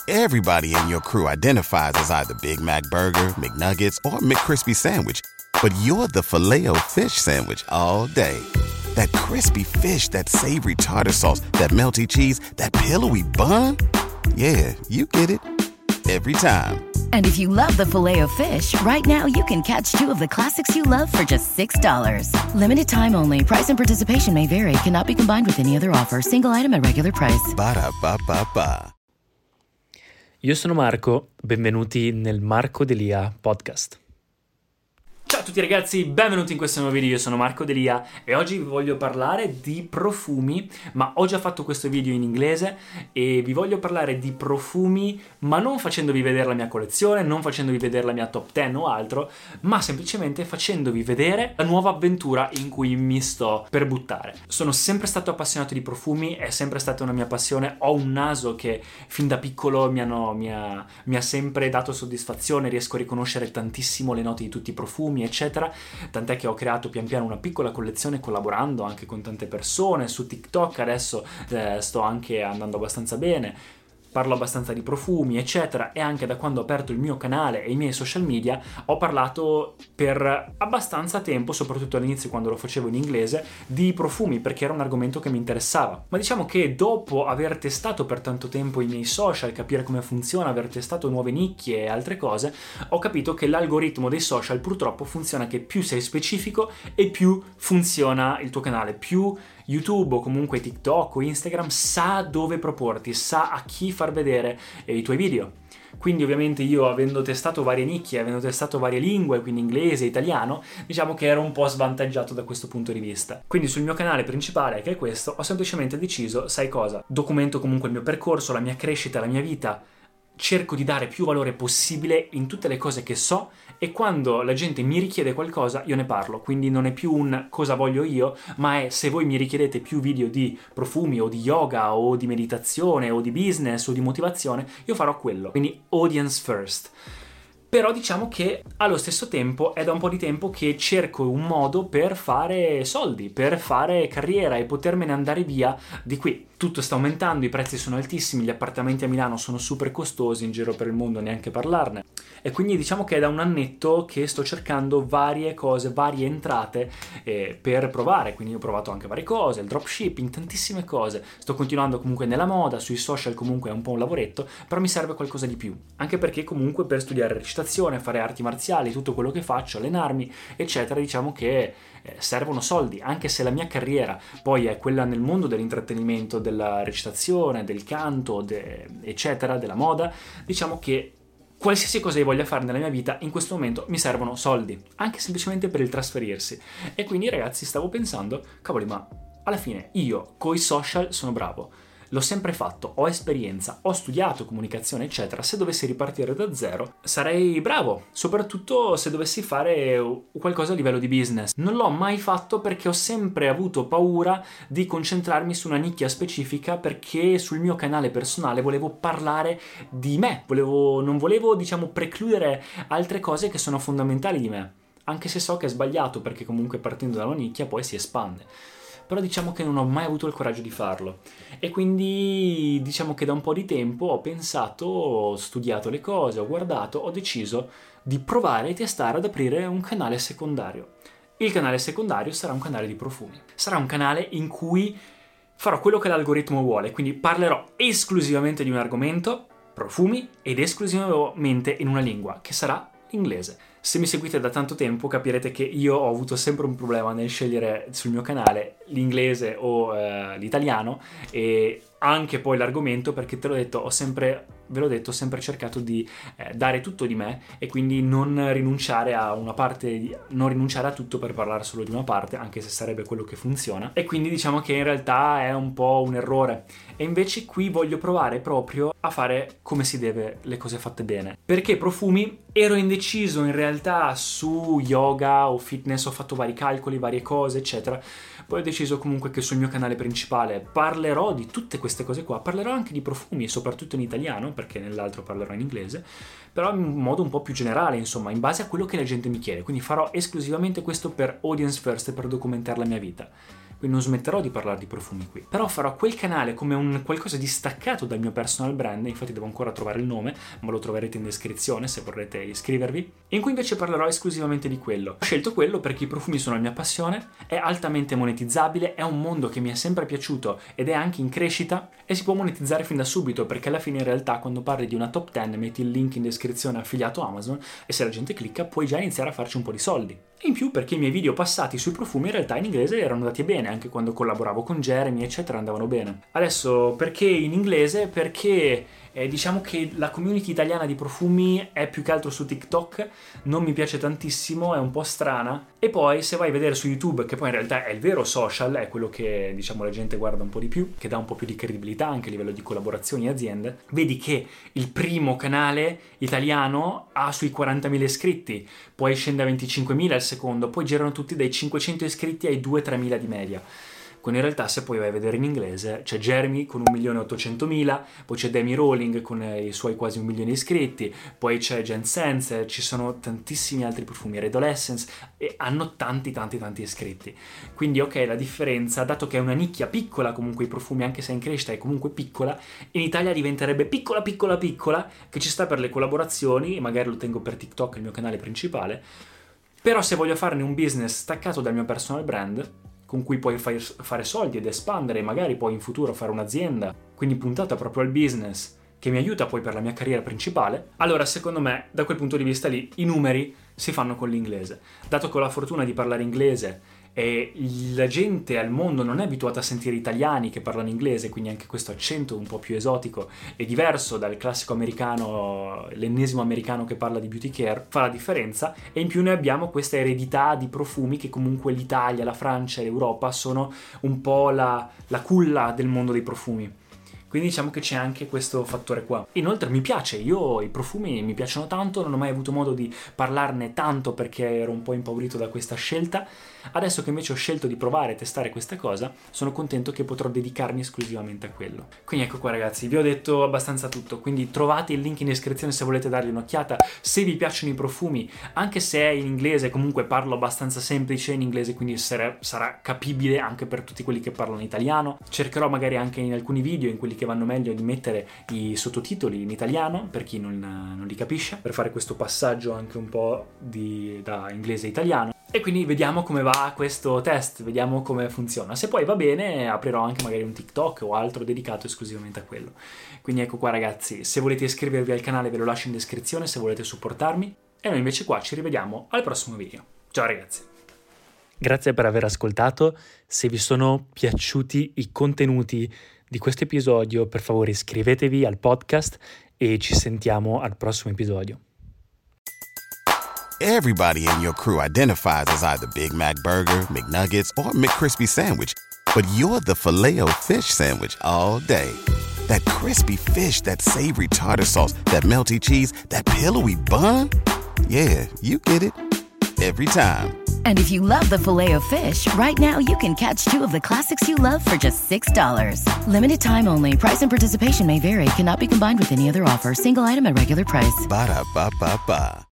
Everybody in your crew identifies as either Big Mac Burger, McNuggets, or McCrispy Sandwich. But you're the Filet-O-Fish Sandwich all day. That crispy fish, that savory tartar sauce, that melty cheese, that pillowy bun. Yeah, you get it. Every time. And if you love the Filet-O-Fish, right now you can catch two of the classics you love for just $6. Limited time only. Price and participation may vary. Cannot be combined with any other offer. Single item at regular price. Ba-da-ba-ba-ba. Io sono Marco, benvenuti nel Marco Delia podcast. Ciao a tutti ragazzi, benvenuti in questo nuovo video, io sono Marco Delia e oggi vi voglio parlare di profumi, ma ho già fatto questo video in inglese e vi voglio parlare di profumi, ma non facendovi vedere la mia collezione, non facendovi vedere la mia top 10 o altro, ma semplicemente facendovi vedere la nuova avventura in cui mi sto per buttare. Sono sempre stato appassionato di profumi, è sempre stata una mia passione, ho un naso che fin da piccolo mi ha sempre dato soddisfazione, riesco a riconoscere tantissimo le note di tutti i profumi, eccetera, tant'è che ho creato pian piano una piccola collezione collaborando anche con tante persone su TikTok. Adesso sto anche andando abbastanza bene, parlo abbastanza di profumi eccetera, e anche da quando ho aperto il mio canale e i miei social media ho parlato per abbastanza tempo, soprattutto all'inizio quando lo facevo in inglese, di profumi perché era un argomento che mi interessava. Ma diciamo che dopo aver testato per tanto tempo i miei social, capire come funziona, aver testato nuove nicchie e altre cose, ho capito che l'algoritmo dei social purtroppo funziona che più sei specifico e più funziona il tuo canale, più YouTube o comunque TikTok o Instagram sa dove proporti, sa a chi far vedere i tuoi video. Quindi ovviamente io, avendo testato varie nicchie, avendo testato varie lingue, quindi inglese, italiano, diciamo che ero un po' svantaggiato da questo punto di vista. Quindi sul mio canale principale, che è questo, ho semplicemente deciso, sai cosa? Documento comunque il mio percorso, la mia crescita, la mia vita, cerco di dare più valore possibile in tutte le cose che so e quando la gente mi richiede qualcosa io ne parlo, quindi non è più un cosa voglio io, ma è se voi mi richiedete più video di profumi o di yoga o di meditazione o di business o di motivazione, io farò quello, quindi audience first. Però diciamo che allo stesso tempo è da un po' di tempo che cerco un modo per fare soldi, per fare carriera e potermene andare via di qui. Tutto sta aumentando, i prezzi sono altissimi, gli appartamenti a Milano sono super costosi, in giro per il mondo neanche parlarne. E quindi diciamo che è da un annetto che sto cercando varie cose, varie entrate per provare. Quindi ho provato anche varie cose, il dropshipping, tantissime cose. Sto continuando comunque nella moda, sui social comunque è un po' un lavoretto, però mi serve qualcosa di più. Anche perché comunque per studiare recitazione, fare arti marziali, tutto quello che faccio, allenarmi, eccetera, diciamo che servono soldi, anche se la mia carriera poi è quella nel mondo dell'intrattenimento, della recitazione, del canto, eccetera, della moda, diciamo che qualsiasi cosa io voglia fare nella mia vita, in questo momento mi servono soldi, anche semplicemente per il trasferirsi. E quindi ragazzi stavo pensando, cavoli, ma alla fine io coi social sono bravo, l'ho sempre fatto, ho esperienza, ho studiato comunicazione eccetera, se dovessi ripartire da zero sarei bravo, soprattutto se dovessi fare qualcosa a livello di business. Non l'ho mai fatto perché ho sempre avuto paura di concentrarmi su una nicchia specifica, perché sul mio canale personale volevo parlare di me, non volevo diciamo precludere altre cose che sono fondamentali di me, anche se so che è sbagliato perché comunque partendo da una nicchia poi si espande. Però diciamo che non ho mai avuto il coraggio di farlo e quindi diciamo che da un po' di tempo ho pensato, ho studiato le cose, ho guardato, ho deciso di provare e testare ad aprire un canale secondario. Il canale secondario sarà un canale di profumi, sarà un canale in cui farò quello che l'algoritmo vuole, quindi parlerò esclusivamente di un argomento, profumi, ed esclusivamente in una lingua, che sarà l'inglese. Se mi seguite da tanto tempo capirete che io ho avuto sempre un problema nel scegliere sul mio canale l'inglese o l'italiano e anche poi l'argomento, perché ve l'ho detto, ho sempre cercato di dare tutto di me e quindi non rinunciare a una parte, non rinunciare a tutto per parlare solo di una parte, anche se sarebbe quello che funziona. E quindi diciamo che in realtà è un po' un errore. E invece qui voglio provare proprio a fare come si deve, le cose fatte bene. Perché profumi ero indeciso in realtà su yoga o fitness, ho fatto vari calcoli, varie cose, eccetera. Poi ho deciso comunque che sul mio canale principale parlerò di tutte queste cose qua, parlerò anche di profumi, soprattutto in italiano, perché nell'altro parlerò in inglese, però in modo un po' più generale, insomma, in base a quello che la gente mi chiede. Quindi farò esclusivamente questo per audience first e per documentare la mia vita. quindi non smetterò di parlare di profumi qui. Però farò quel canale come un qualcosa di staccato dal mio personal brand, infatti devo ancora trovare il nome, ma lo troverete in descrizione se vorrete iscrivervi, in cui invece parlerò esclusivamente di quello. Ho scelto quello perché i profumi sono la mia passione, è altamente monetizzabile, è un mondo che mi è sempre piaciuto ed è anche in crescita e si può monetizzare fin da subito, perché alla fine in realtà quando parli di una top 10 metti il link in descrizione affiliato Amazon e se la gente clicca puoi già iniziare a farci un po' di soldi. E in più perché i miei video passati sui profumi in realtà in inglese erano andati bene, anche quando collaboravo con Jeremy eccetera andavano bene. Adesso perché in inglese? Perché diciamo che la community italiana di profumi è più che altro su TikTok, non mi piace tantissimo, è un po' strana, e poi se vai a vedere su YouTube, che poi in realtà è il vero social, è quello che diciamo la gente guarda un po' di più, che dà un po' più di credibilità anche a livello di collaborazioni e aziende, vedi che il primo canale italiano ha sui 40.000 iscritti, poi scende a 25.000 il secondo, poi girano tutti dai 500 iscritti ai 2-3.000 di media. Quando in realtà se poi vai a vedere in inglese c'è Jeremy con 1.800.000, poi c'è Demi Rowling con i suoi quasi 1 milione di iscritti, poi c'è Jen Sense, ci sono tantissimi altri profumi, Redolessence, e hanno tanti iscritti. Quindi ok, la differenza, dato che è una nicchia piccola comunque i profumi, anche se è in crescita è comunque piccola, in Italia diventerebbe piccola, che ci sta per le collaborazioni, magari lo tengo per TikTok, il mio canale principale, però se voglio farne un business staccato dal mio personal brand, con cui puoi fare soldi ed espandere, magari poi in futuro fare un'azienda, quindi puntata proprio al business, che mi aiuta poi per la mia carriera principale, allora secondo me, da quel punto di vista lì, i numeri si fanno con l'inglese. Dato che ho la fortuna di parlare inglese e la gente al mondo non è abituata a sentire italiani che parlano inglese, quindi anche questo accento un po' più esotico e diverso dal classico americano, l'ennesimo americano che parla di beauty care, fa la differenza. E in più noi abbiamo questa eredità di profumi che comunque l'Italia, la Francia e l'Europa sono un po' la culla del mondo dei profumi. Quindi diciamo che c'è anche questo fattore qua. Inoltre mi piace, io i profumi mi piacciono tanto, non ho mai avuto modo di parlarne tanto perché ero un po' impaurito da questa scelta. Adesso che invece ho scelto di provare e testare questa cosa, sono contento che potrò dedicarmi esclusivamente a quello. Quindi ecco qua ragazzi, vi ho detto abbastanza tutto, quindi trovate il link in descrizione se volete dargli un'occhiata, se vi piacciono i profumi, anche se è in inglese, comunque parlo abbastanza semplice in inglese, quindi sarà capibile anche per tutti quelli che parlano italiano. Cercherò magari anche in alcuni video, in quelli che vanno meglio, di mettere i sottotitoli in italiano per chi non li capisce, per fare questo passaggio anche un po' da inglese a italiano. E quindi vediamo come va questo test, vediamo come funziona. Se poi va bene aprirò anche magari un TikTok o altro dedicato esclusivamente a quello. Quindi ecco qua ragazzi, se volete iscrivervi al canale ve lo lascio in descrizione se volete supportarmi, e noi invece qua ci rivediamo al prossimo video. Ciao ragazzi! Grazie per aver ascoltato, se vi sono piaciuti i contenuti di questo episodio per favore iscrivetevi al podcast e ci sentiamo al prossimo episodio. Everybody in your crew identifies as either Big Mac Burger, McNuggets, or McCrispy Sandwich. But you're the Filet-O-Fish Sandwich all day. That crispy fish, that savory tartar sauce, that melty cheese, that pillowy bun. Yeah, you get it. Every time. And if you love the Filet-O-Fish, right now you can catch two of the classics you love for just $6. Limited time only. Price and participation may vary. Cannot be combined with any other offer. Single item at regular price. Ba-da-ba-ba-ba.